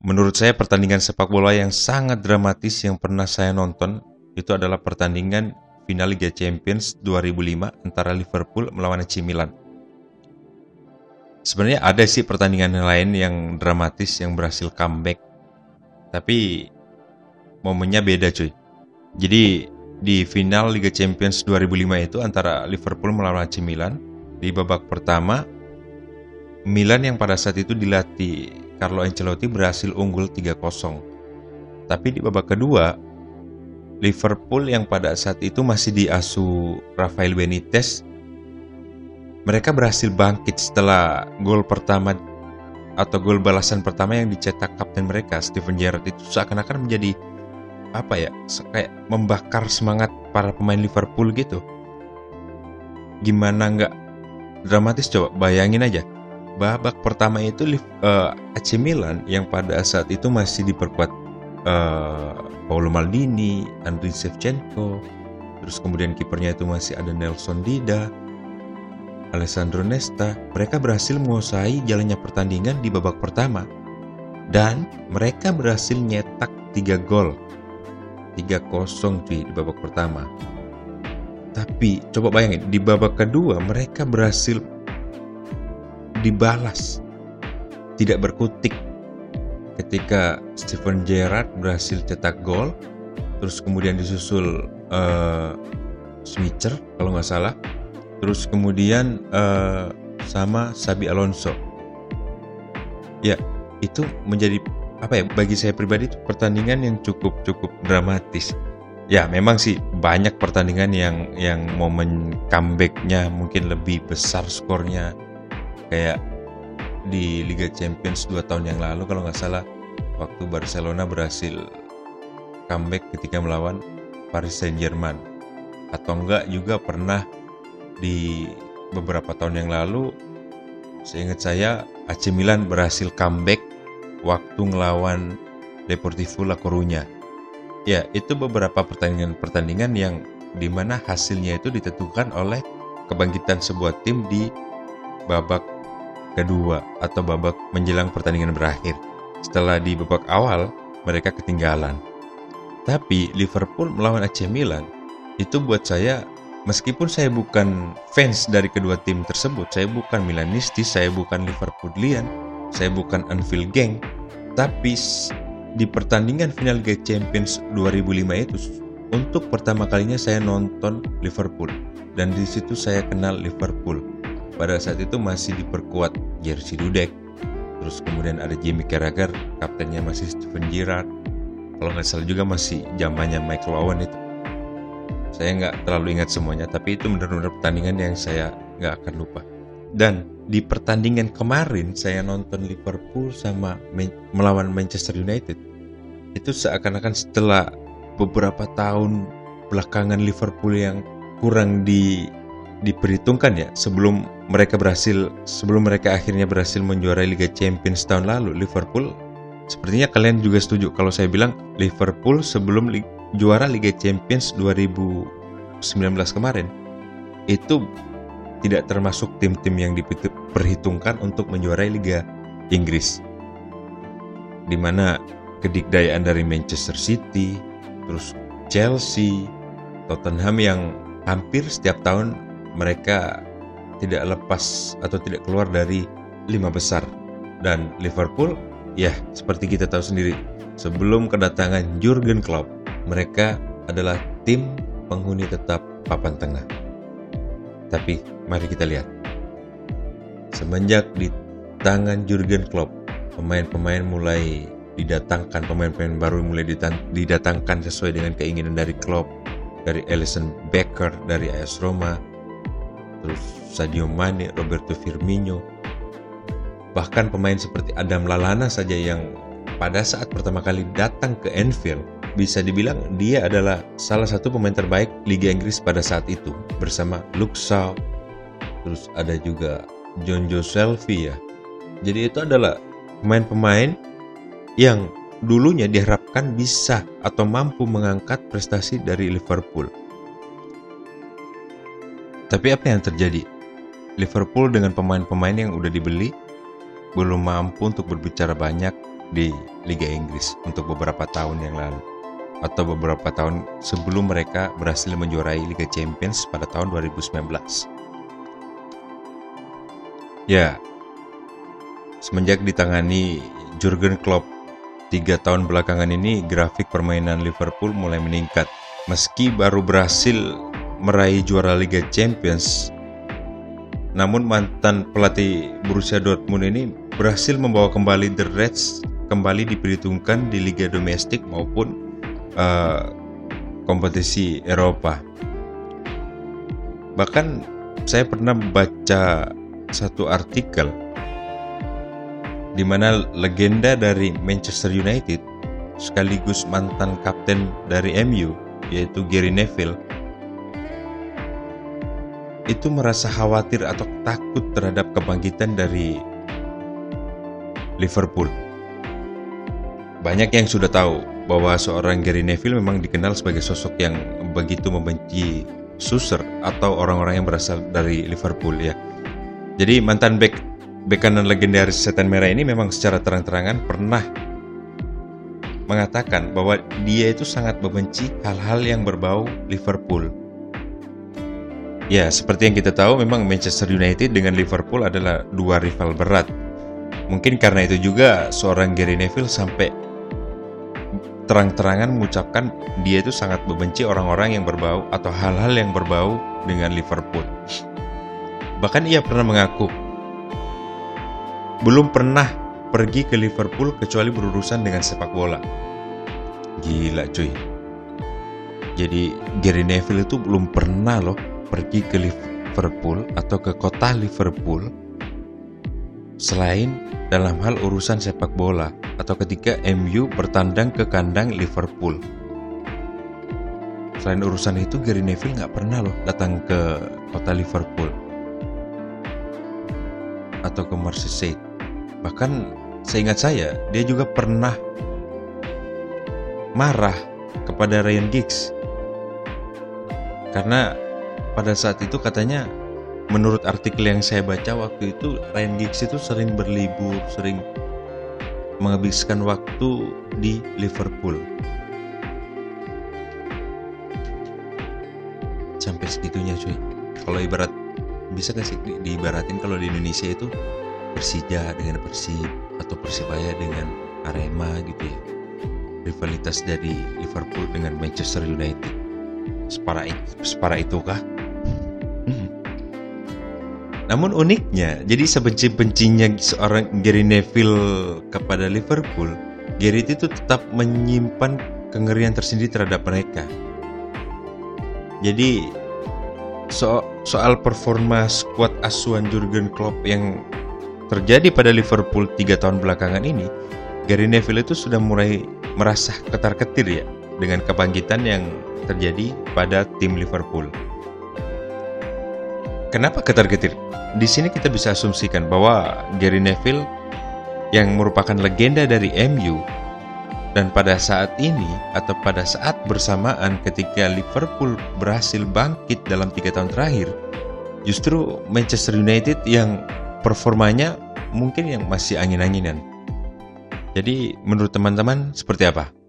Menurut saya pertandingan sepak bola yang sangat dramatis yang pernah saya nonton itu adalah pertandingan final Liga Champions 2005 antara Liverpool melawan AC Milan. Sebenarnya ada sih pertandingan lain yang dramatis yang berhasil comeback, tapi momennya beda cuy. Jadi di final Liga Champions 2005 itu antara Liverpool melawan AC Milan, di babak pertama Milan yang pada saat itu dilatih Carlo Ancelotti berhasil unggul 3-0. Tapi di babak kedua, Liverpool yang pada saat itu masih diasuh Rafael Benitez, mereka berhasil bangkit setelah gol pertama atau gol balasan pertama yang dicetak kapten mereka, Steven Gerrard. Itu seakan-akan menjadi kayak membakar semangat para pemain Liverpool gitu. Gimana nggak dramatis coba, bayangin aja. Babak pertama itu AC Milan yang pada saat itu masih diperkuat Paolo Maldini, Andriy Shevchenko, terus kemudian kipernya itu masih ada Nelson Dida, Alessandro Nesta. Mereka berhasil menguasai jalannya pertandingan di babak pertama dan mereka berhasil nyetak 3 gol, 3-0 cuy di babak pertama. Tapi coba bayangin, di babak kedua mereka berhasil dibalas, tidak berkutik, ketika Steven Gerrard berhasil cetak gol, terus kemudian disusul Schmeichel kalau nggak salah, terus kemudian sama Xabi Alonso. Ya, itu menjadi bagi saya pribadi itu pertandingan yang cukup dramatis. Ya, memang sih banyak pertandingan yang momen comeback-nya mungkin lebih besar skornya. Kayak di Liga Champions 2 tahun yang lalu kalau nggak salah, waktu Barcelona berhasil comeback ketika melawan Paris Saint-Germain. Atau enggak juga pernah di beberapa tahun yang lalu, seingat saya AC Milan berhasil comeback waktu ngelawan Deportivo La Coruña. Ya, itu beberapa pertandingan yang dimana hasilnya itu ditentukan oleh kebangkitan sebuah tim di babak kedua atau babak menjelang pertandingan berakhir. Setelah di babak awal mereka ketinggalan. Tapi Liverpool melawan AC Milan itu buat saya, meskipun saya bukan fans dari kedua tim tersebut, saya bukan Milanistis, saya bukan Liverpoolian, saya bukan Anfield Gang, tapi di pertandingan final Liga Champions 2005 itu untuk pertama kalinya saya nonton Liverpool dan di situ saya kenal Liverpool. Pada saat itu masih diperkuat Jerzy Dudek, terus kemudian ada Jamie Carragher, kaptennya masih Steven Gerrard, kalau nggak salah juga masih zamannya Michael Owen itu. Saya nggak terlalu ingat semuanya, tapi itu benar-benar pertandingan yang saya nggak akan lupa. Dan di pertandingan kemarin saya nonton Liverpool sama melawan Manchester United. Itu seakan-akan setelah beberapa tahun belakangan Liverpool yang kurang diperhitungkan ya, sebelum mereka akhirnya berhasil menjuarai Liga Champions tahun lalu, Liverpool, sepertinya kalian juga setuju kalau saya bilang Liverpool sebelum juara Liga Champions 2019 kemarin itu tidak termasuk tim-tim yang diperhitungkan untuk menjuarai Liga Inggris, di mana kedikdayaan dari Manchester City, terus Chelsea, Tottenham yang hampir setiap tahun mereka tidak lepas atau tidak keluar dari 5 besar. Dan Liverpool, ya seperti kita tahu sendiri, sebelum kedatangan Jurgen Klopp, mereka adalah tim penghuni tetap papan tengah. Tapi mari kita lihat, semenjak di tangan Jurgen Klopp, pemain-pemain mulai didatangkan, pemain-pemain baru mulai didatangkan sesuai dengan keinginan dari Klopp, dari Alisson Becker dari AS Roma, terus Sadio Mane, Roberto Firmino, bahkan pemain seperti Adam Lallana saja yang pada saat pertama kali datang ke Anfield bisa dibilang dia adalah salah satu pemain terbaik Liga Inggris pada saat itu, bersama Luke Shaw, terus ada juga John Joe Shelvey ya. Jadi itu adalah pemain-pemain yang dulunya diharapkan bisa atau mampu mengangkat prestasi dari Liverpool. Tapi apa yang terjadi? Liverpool dengan pemain-pemain yang udah dibeli belum mampu untuk berbicara banyak di Liga Inggris untuk beberapa tahun yang lalu, atau beberapa tahun sebelum mereka berhasil menjuarai Liga Champions pada tahun 2019. Ya, semenjak ditangani Jurgen Klopp 3 tahun belakangan ini, grafik permainan Liverpool mulai meningkat. Meski baru berhasil meraih juara Liga Champions, namun mantan pelatih Borussia Dortmund ini berhasil membawa kembali The Reds kembali diperhitungkan di liga domestik maupun kompetisi Eropa. Bahkan saya pernah baca satu artikel di mana legenda dari Manchester United sekaligus mantan kapten dari MU yaitu Gary Neville itu merasa khawatir atau takut terhadap kebangkitan dari Liverpool. Banyak yang sudah tahu bahwa seorang Gary Neville memang dikenal sebagai sosok yang begitu membenci Solskjaer atau orang-orang yang berasal dari Liverpool ya. Jadi mantan bek kanan legendaris Setan Merah ini memang secara terang-terangan pernah mengatakan bahwa dia itu sangat membenci hal-hal yang berbau Liverpool. Ya, seperti yang kita tahu memang Manchester United dengan Liverpool adalah dua rival berat. Mungkin karena itu juga seorang Gary Neville sampai terang-terangan mengucapkan dia itu sangat membenci orang-orang yang berbau atau hal-hal yang berbau dengan Liverpool. Bahkan ia pernah mengaku belum pernah pergi ke Liverpool kecuali berurusan dengan sepak bola. Gila cuy. Jadi Gary Neville itu belum pernah loh pergi ke Liverpool atau ke kota Liverpool selain dalam hal urusan sepak bola atau ketika MU bertandang ke kandang Liverpool. Selain urusan itu Gary Neville nggak pernah loh datang ke kota Liverpool atau ke Merseyside. Bahkan seingat saya dia juga pernah marah kepada Ryan Giggs karena pada saat itu katanya menurut artikel yang saya baca waktu itu Ryan Giggs itu sering berlibur, sering menghabiskan waktu di Liverpool. Sampai segitunya cuy. Kalau ibarat bisa gak sih diibaratin kalau di Indonesia itu Persija dengan Persib atau Persibaya dengan Arema gitu ya. Rivalitas dari Liverpool dengan Manchester United. Separah itukah? Namun uniknya, jadi sebenci-bencinya seorang Gary Neville kepada Liverpool, Gary itu tetap menyimpan kengerian tersendiri terhadap mereka. Jadi soal performa skuad asuhan Jurgen Klopp yang terjadi pada Liverpool 3 tahun belakangan ini, Gary Neville itu sudah mulai merasa ketar-ketir ya dengan kebangkitan yang terjadi pada tim Liverpool. Kenapa ketar-ketir? Di sini kita bisa asumsikan bahwa Gary Neville yang merupakan legenda dari MU dan pada saat ini atau pada saat bersamaan ketika Liverpool berhasil bangkit dalam 3 tahun terakhir, justru Manchester United yang performanya mungkin yang masih angin-anginan. Jadi menurut teman-teman seperti apa?